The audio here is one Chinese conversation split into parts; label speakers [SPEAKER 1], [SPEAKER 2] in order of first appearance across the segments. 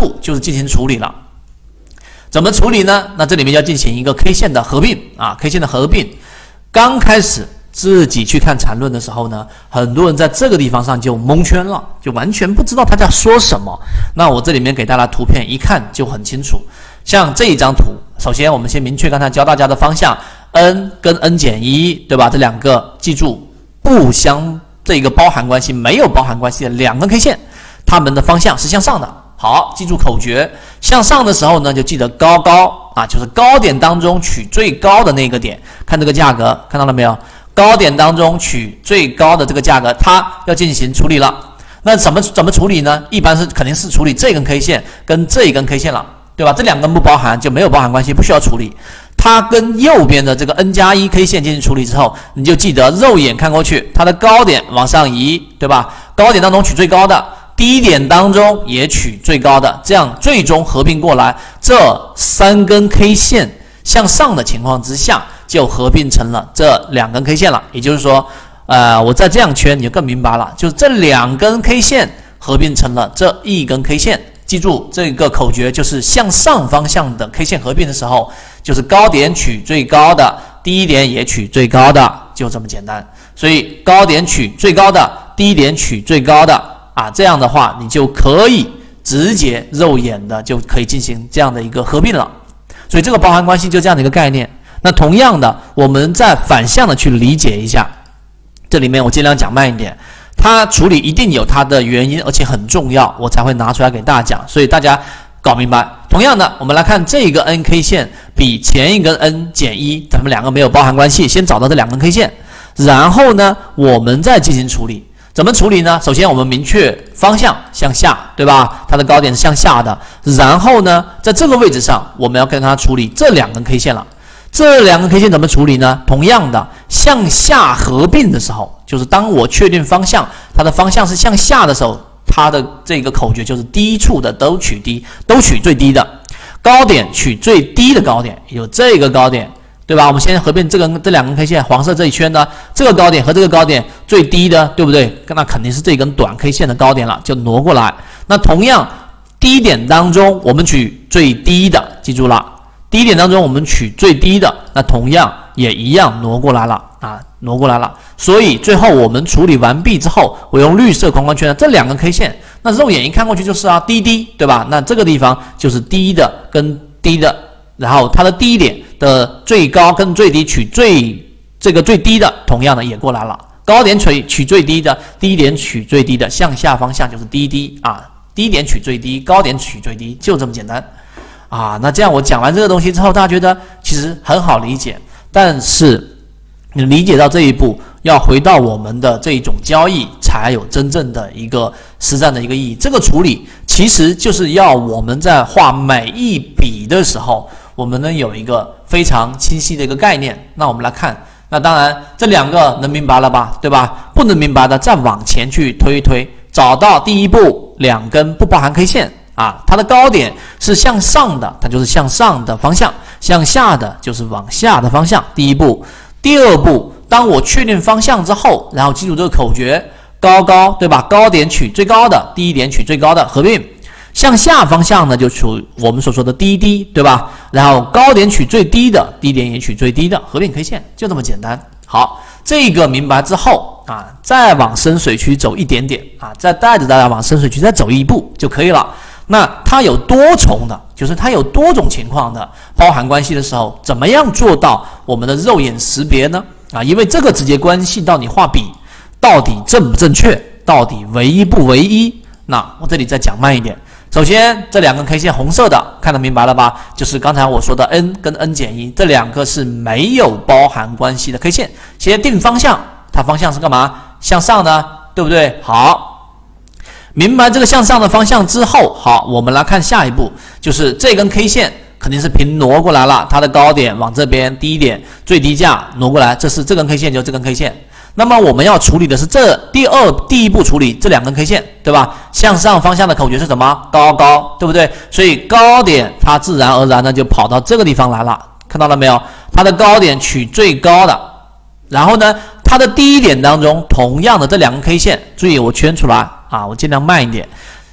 [SPEAKER 1] 步就是进行处理了。怎么处理呢？那这里面要进行一个 K 线的合并啊 ，K 线的合并。刚开始自己去看缠论的时候呢，很多人在这个地方上就蒙圈了，就完全不知道他在说什么。那我这里面给大家图片一看就很清楚。像这一张图，首先我们先明确刚才教大家的方向 ，n 跟 n 减1，对吧？这两个记住这个包含关系没有包含关系的两根 K 线，它们的方向是向上的。好，记住口诀，向上的时候呢，就记得高高啊，就是高点当中取最高的那个点。看这个价格，看到了没有？高点当中取最高的这个价格，它要进行处理了。那怎么处理呢？一般是肯定是处理这根 K 线跟这一根 K 线了，对吧？这两根不包含就没有包含关系，不需要处理。它跟右边的这个 n+1 K 线进行处理之后，你就记得肉眼看过去，它的高点往上移，对吧？高点当中取最高的。低点当中也取最高的，这样最终合并过来，这三根 K 线向上的情况之下，就合并成了这两根 K 线了。也就是说，我再这样圈你就更明白了，就是这两根 K 线合并成了这一根 K 线。记住这个口诀，就是向上方向的 K 线合并的时候，就是高点取最高的，低点也取最高的，就这么简单。所以高点取最高的，低点取最高的。这样的话你就可以直接肉眼的就可以进行这样的一个合并了。所以这个包含关系就这样的一个概念。那同样的，我们再反向的去理解一下，这里面我尽量讲慢一点，它处理一定有它的原因，而且很重要，我才会拿出来给大家讲，所以大家搞明白。同样的，我们来看这个 n K 线比前一根 n 减1，咱们两个没有包含关系，先找到这两根 K 线，然后呢我们再进行处理。怎么处理呢？首先我们明确方向向下，对吧？它的高点是向下的。然后呢，在这个位置上，我们要跟它处理这两根 K 线了。这两根 K 线怎么处理呢？同样的，向下合并的时候，就是当我确定方向，它的方向是向下的时候，它的这个口诀就是低处的都取低，都取最低的，高点取最低的高点，有这个高点。对吧？我们先合并这两根 K 线，黄色这一圈的这个高点和这个高点最低的，对不对？那肯定是这根短 K 线的高点了，就挪过来。那同样，低点当中我们取最低的，记住了，低点当中我们取最低的，那同样也一样挪过来了挪过来了。所以最后我们处理完毕之后，我用绿色框框圈的这两根 K 线，那肉眼一看过去就是低低，对吧？那这个地方就是低的跟低的。然后它的低点的最高跟最低取最低的，同样的也过来了。高点取最低的，低点取最低的，向下方向就是低低低点取最低，高点取最低，就这么简单那这样我讲完这个东西之后，大家觉得其实很好理解，但是你理解到这一步，要回到我们的这一种交易，才有真正的一个实战的一个意义。这个处理其实就是要我们在画每一笔的时候，我们能有一个非常清晰的一个概念。那我们来看，那当然这两个能明白了吧，对吧？不能明白的再往前去推一推，找到第一步两根不包含 K 线它的高点是向上的，它就是向上的方向，向下的就是往下的方向。第一步。第二步，当我确定方向之后，然后记住这个口诀，高高，对吧？高点取最高的，低点取最高的，合并。向下方向呢，就取我们所说的低低，对吧？然后高点取最低的，低点也取最低的，合并 K 线，就这么简单。好，这个明白之后再往深水区走一点点再带着大家往深水区再走一步就可以了。那它有多重的，就是它有多种情况的包含关系的时候，怎么样做到我们的肉眼识别呢？因为这个直接关系到你画笔到底正不正确，到底唯一不唯一。那我这里再讲慢一点。首先，这两根 K 线红色的看得明白了吧？就是刚才我说的 n 跟 n 减1这两个是没有包含关系的 K 线。先定方向，它方向是干嘛？向上的，对不对？好，明白这个向上的方向之后，好，我们来看下一步，就是这根 K 线肯定是平挪过来了，它的高点往这边，低点最低价挪过来，这是这根 K 线，就是这根 K 线。那么我们要处理的是第一步处理这两根 K 线，对吧？向上方向的口诀是什么？高高，对不对？所以高点它自然而然的就跑到这个地方来了，看到了没有？它的高点取最高的，然后呢，它的低点当中同样的这两根 K 线，注意我圈出来我尽量慢一点。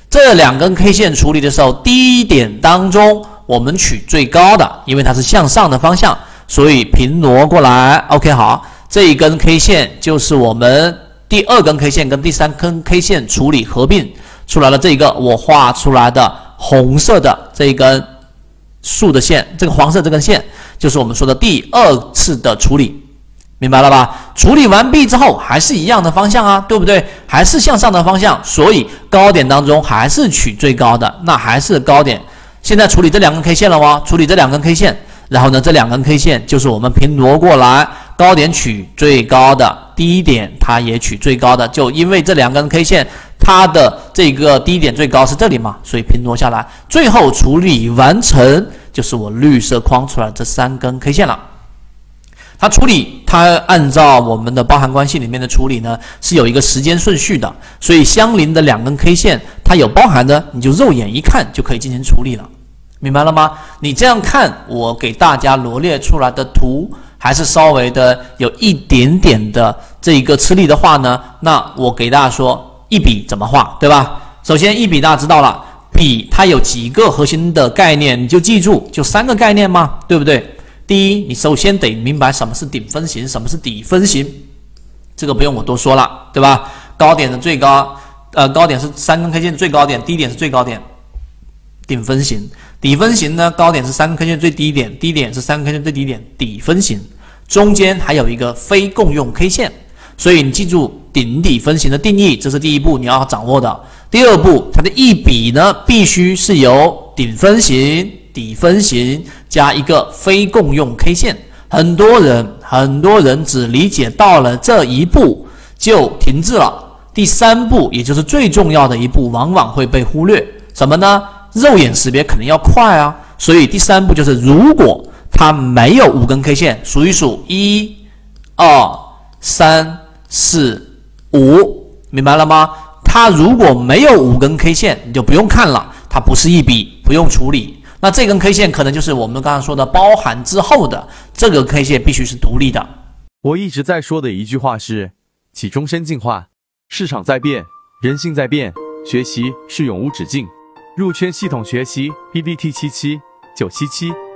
[SPEAKER 1] 这2根 K 线处理的时候，低点当中我们取最高的，因为它是向上的方向，所以平挪过来。OK， 好，这一根 K 线就是我们第2根 K 线跟第3根 K 线处理合并出来了这个我画出来的红色的这一根竖的线，这个黄色这根线就是我们说的第2次的处理。明白了吧？处理完毕之后还是一样的方向啊，对不对？还是向上的方向，所以高点当中还是取最高的，那还是高点。现在处理这2根 K 线了吗？处理这2根 K 线，然后呢，这2根 K 线就是我们平挪过来，高点取最高的，低点它也取最高的，就因为这2根 K 线它的这个低点最高是这里嘛，所以平挪下来，最后处理完成就是我绿色框出来这3根 K 线了。它处理，它按照我们的包含关系里面的处理呢，是有一个时间顺序的，所以相邻的2根 K 线，它有包含的，你就肉眼一看就可以进行处理了，明白了吗？你这样看，我给大家罗列出来的图，还是稍微的有一点点的这一个吃力的话呢，那我给大家说一笔怎么画，对吧？首先一笔大家知道了，笔它有几个核心的概念，你就记住，就3个概念嘛，对不对？第一，你首先得明白什么是顶分型，什么是底分型，这个不用我多说了，对吧？高点的最高，高点是3根 K 线最高点，低点是最高点，顶分型。底分型呢，高点是3根 K 线最低点，低点是3根 K 线最低点，底分型。中间还有一个非共用 K 线，所以你记住顶底分型的定义，这是第一步你要掌握的。第2步，它的一笔呢，必须是由顶分型、底分型加一个非共用 K 线。很多人只理解到了这一步就停滞了。第3步，也就是最重要的一步，往往会被忽略。什么呢？肉眼识别肯定要快啊，所以第3步就是如果它没有5根 K 线，数一数，1、2、3、4、5，明白了吗？它如果没有5根 K 线，你就不用看了，它不是一笔，不用处理。那这根 K 线可能就是我们刚才说的包含之后的这个 K 线必须是独立的。
[SPEAKER 2] 我一直在说的一句话是：其终身进化，市场在变，人性在变，学习是永无止境。入圈系统学习 PPT 77 977。